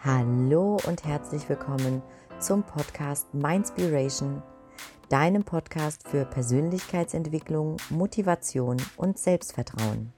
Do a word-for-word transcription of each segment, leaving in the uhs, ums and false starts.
Hallo und herzlich willkommen zum Podcast Mindspiration, deinem Podcast für Persönlichkeitsentwicklung, Motivation und Selbstvertrauen.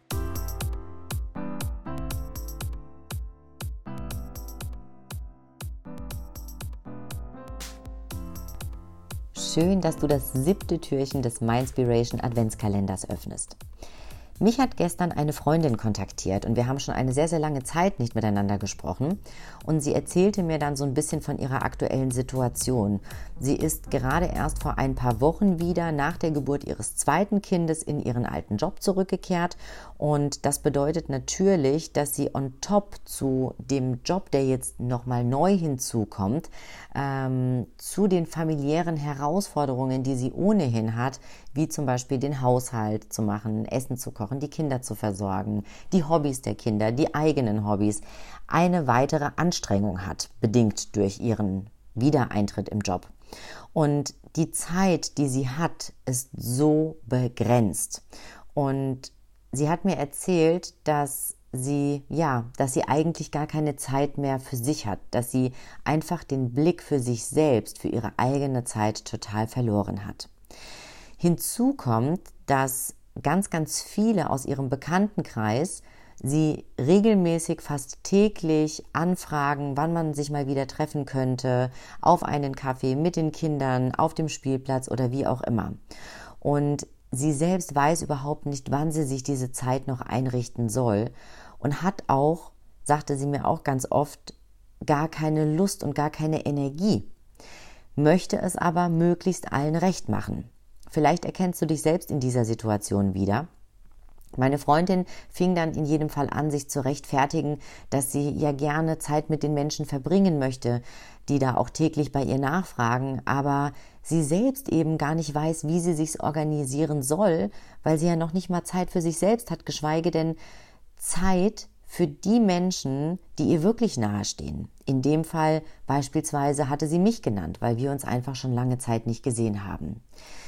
Schön, dass du das siebte Türchen des Mindspiration Adventskalenders öffnest. Mich hat gestern eine Freundin kontaktiert und wir haben schon eine sehr, sehr lange Zeit nicht miteinander gesprochen und sie erzählte mir dann so ein bisschen von ihrer aktuellen Situation. Sie ist gerade erst vor ein paar Wochen wieder nach der Geburt ihres zweiten Kindes in ihren alten Job zurückgekehrt und das bedeutet natürlich, dass sie on top zu dem Job, der jetzt nochmal neu hinzukommt, ähm, zu den familiären Herausforderungen, die sie ohnehin hat, wie zum Beispiel den Haushalt zu machen, Essen zu kochen, die Kinder zu versorgen, die Hobbys der Kinder, die eigenen Hobbys, eine weitere Anstrengung hat, bedingt durch ihren Wiedereintritt im Job. Und die Zeit, die sie hat, ist so begrenzt. Und sie hat mir erzählt, dass sie, ja, dass sie eigentlich gar keine Zeit mehr für sich hat, dass sie einfach den Blick für sich selbst, für ihre eigene Zeit total verloren hat. Hinzu kommt, dass ganz, ganz viele aus ihrem Bekanntenkreis sie regelmäßig fast täglich anfragen, wann man sich mal wieder treffen könnte, auf einen Kaffee mit den Kindern, auf dem Spielplatz oder wie auch immer. Und sie selbst weiß überhaupt nicht, wann sie sich diese Zeit noch einrichten soll und hat auch, sagte sie mir auch ganz oft, gar keine Lust und gar keine Energie, möchte es aber möglichst allen recht machen. Vielleicht erkennst du dich selbst in dieser Situation wieder. Meine Freundin fing dann in jedem Fall an, sich zu rechtfertigen, dass sie ja gerne Zeit mit den Menschen verbringen möchte, die da auch täglich bei ihr nachfragen, aber sie selbst eben gar nicht weiß, wie sie sich organisieren soll, weil sie ja noch nicht mal Zeit für sich selbst hat, geschweige denn Zeit für die Menschen, die ihr wirklich nahestehen. In dem Fall beispielsweise hatte sie mich genannt, weil wir uns einfach schon lange Zeit nicht gesehen haben.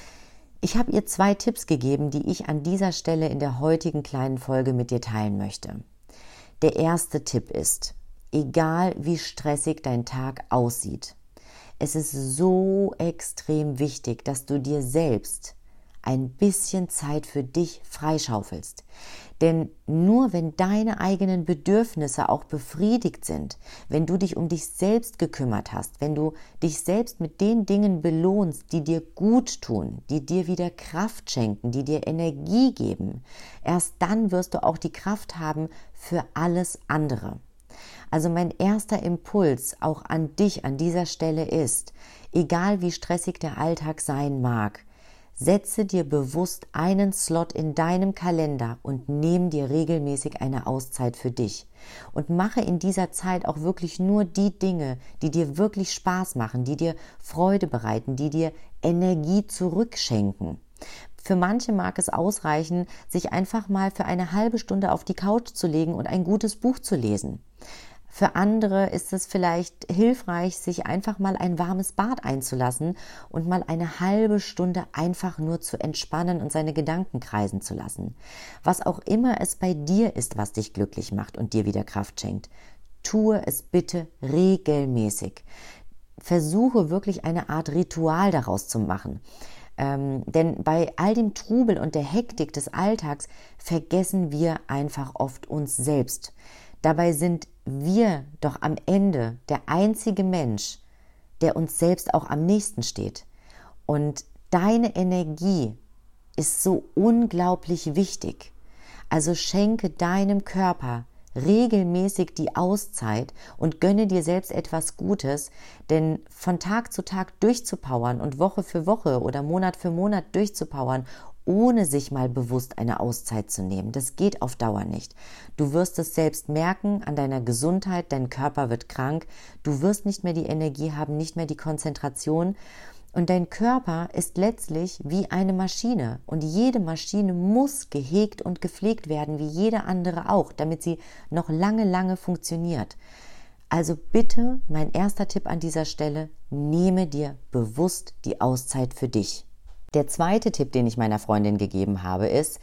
Ich habe ihr zwei Tipps gegeben, die ich an dieser Stelle in der heutigen kleinen Folge mit dir teilen möchte. Der erste Tipp ist, egal wie stressig dein Tag aussieht, es ist so extrem wichtig, dass du dir selbst ein bisschen Zeit für dich freischaufelst. Denn nur wenn deine eigenen Bedürfnisse auch befriedigt sind, wenn du dich um dich selbst gekümmert hast, wenn du dich selbst mit den Dingen belohnst, die dir gut tun, die dir wieder Kraft schenken, die dir Energie geben, erst dann wirst du auch die Kraft haben für alles andere. Also mein erster Impuls auch an dich an dieser Stelle ist, egal wie stressig der Alltag sein mag, setze dir bewusst einen Slot in deinem Kalender und nimm dir regelmäßig eine Auszeit für dich. Und mache in dieser Zeit auch wirklich nur die Dinge, die dir wirklich Spaß machen, die dir Freude bereiten, die dir Energie zurückschenken. Für manche mag es ausreichen, sich einfach mal für eine halbe Stunde auf die Couch zu legen und ein gutes Buch zu lesen. Für andere ist es vielleicht hilfreich, sich einfach mal ein warmes Bad einzulassen und mal eine halbe Stunde einfach nur zu entspannen und seine Gedanken kreisen zu lassen. Was auch immer es bei dir ist, was dich glücklich macht und dir wieder Kraft schenkt, tue es bitte regelmäßig. Versuche wirklich eine Art Ritual daraus zu machen. Ähm, denn bei all dem Trubel und der Hektik des Alltags vergessen wir einfach oft uns selbst. Dabei sind wir doch am Ende der einzige Mensch, der uns selbst auch am nächsten steht. Und deine Energie ist so unglaublich wichtig. Also schenke deinem Körper regelmäßig die Auszeit und gönne dir selbst etwas Gutes, denn von Tag zu Tag durchzupowern und Woche für Woche oder Monat für Monat durchzupowern, ohne sich mal bewusst eine Auszeit zu nehmen. Das geht auf Dauer nicht. Du wirst es selbst merken an deiner Gesundheit, dein Körper wird krank, du wirst nicht mehr die Energie haben, nicht mehr die Konzentration und dein Körper ist letztlich wie eine Maschine und jede Maschine muss gehegt und gepflegt werden, wie jede andere auch, damit sie noch lange, lange funktioniert. Also bitte, mein erster Tipp an dieser Stelle, nehme dir bewusst die Auszeit für dich. Der zweite Tipp, den ich meiner Freundin gegeben habe, ist,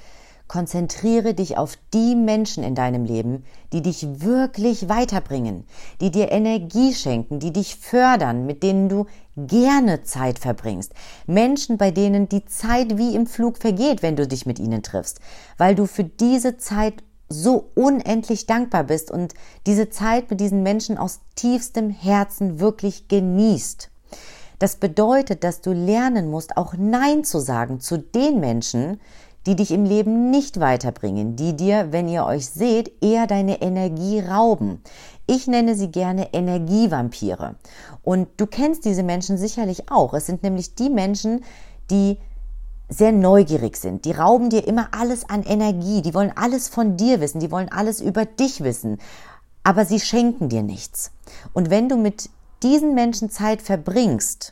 konzentriere dich auf die Menschen in deinem Leben, die dich wirklich weiterbringen, die dir Energie schenken, die dich fördern, mit denen du gerne Zeit verbringst. Menschen, bei denen die Zeit wie im Flug vergeht, wenn du dich mit ihnen triffst, weil du für diese Zeit so unendlich dankbar bist und diese Zeit mit diesen Menschen aus tiefstem Herzen wirklich genießt. Das bedeutet, dass du lernen musst, auch Nein zu sagen zu den Menschen, die dich im Leben nicht weiterbringen, die dir, wenn ihr euch seht, eher deine Energie rauben. Ich nenne sie gerne Energievampire. Und du kennst diese Menschen sicherlich auch. Es sind nämlich die Menschen, die sehr neugierig sind. Die rauben dir immer alles an Energie. Die wollen alles von dir wissen. Die wollen alles über dich wissen. Aber sie schenken dir nichts. Und wenn du mit diesen Menschen Zeit verbringst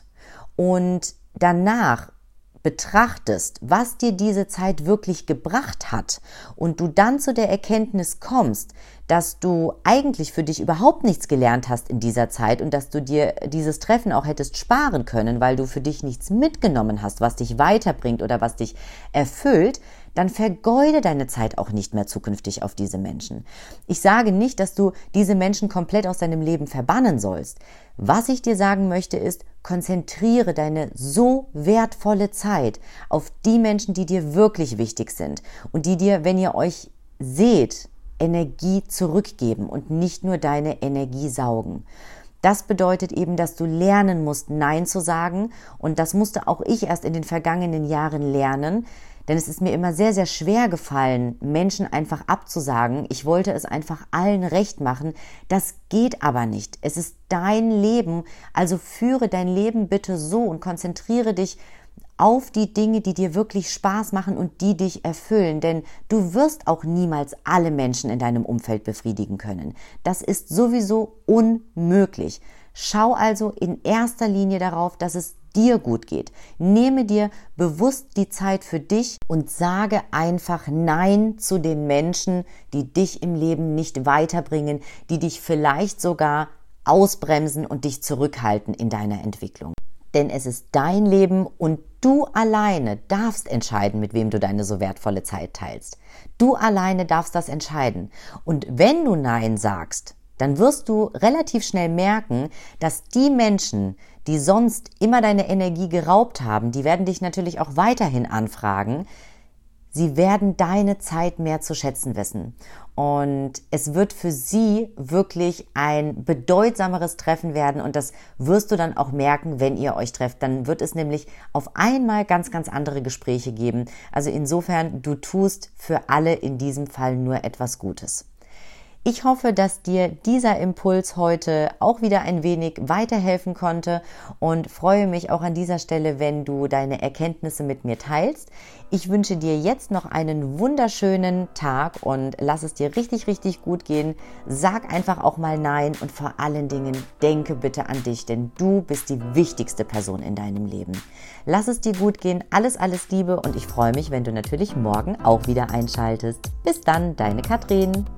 und danach betrachtest, was dir diese Zeit wirklich gebracht hat und du dann zu der Erkenntnis kommst, dass du eigentlich für dich überhaupt nichts gelernt hast in dieser Zeit und dass du dir dieses Treffen auch hättest sparen können, weil du für dich nichts mitgenommen hast, was dich weiterbringt oder was dich erfüllt, dann vergeude deine Zeit auch nicht mehr zukünftig auf diese Menschen. Ich sage nicht, dass du diese Menschen komplett aus deinem Leben verbannen sollst. Was ich dir sagen möchte ist, konzentriere deine so wertvolle Zeit auf die Menschen, die dir wirklich wichtig sind und die dir, wenn ihr euch seht, Energie zurückgeben und nicht nur deine Energie saugen. Das bedeutet eben, dass du lernen musst, Nein zu sagen, und das musste auch ich erst in den vergangenen Jahren lernen, denn es ist mir immer sehr, sehr schwer gefallen, Menschen einfach abzusagen. Ich wollte es einfach allen recht machen. Das geht aber nicht. Es ist dein Leben, also führe dein Leben bitte so und konzentriere dich auf die Dinge, die dir wirklich Spaß machen und die dich erfüllen, denn du wirst auch niemals alle Menschen in deinem Umfeld befriedigen können. Das ist sowieso unmöglich. Schau also in erster Linie darauf, dass es dir gut geht. Nehme dir bewusst die Zeit für dich und sage einfach Nein zu den Menschen, die dich im Leben nicht weiterbringen, die dich vielleicht sogar ausbremsen und dich zurückhalten in deiner Entwicklung. Denn es ist dein Leben und du alleine darfst entscheiden, mit wem du deine so wertvolle Zeit teilst. Du alleine darfst das entscheiden. Und wenn du Nein sagst, dann wirst du relativ schnell merken, dass die Menschen, die sonst immer deine Energie geraubt haben, die werden dich natürlich auch weiterhin anfragen. Sie werden deine Zeit mehr zu schätzen wissen. Und es wird für sie wirklich ein bedeutsameres Treffen werden. Und das wirst du dann auch merken, wenn ihr euch trefft. Dann wird es nämlich auf einmal ganz, ganz andere Gespräche geben. Also insofern, du tust für alle in diesem Fall nur etwas Gutes. Ich hoffe, dass dir dieser Impuls heute auch wieder ein wenig weiterhelfen konnte und freue mich auch an dieser Stelle, wenn du deine Erkenntnisse mit mir teilst. Ich wünsche dir jetzt noch einen wunderschönen Tag und lass es dir richtig, richtig gut gehen. Sag einfach auch mal Nein und vor allen Dingen denke bitte an dich, denn du bist die wichtigste Person in deinem Leben. Lass es dir gut gehen, alles, alles Liebe und ich freue mich, wenn du natürlich morgen auch wieder einschaltest. Bis dann, deine Katrin.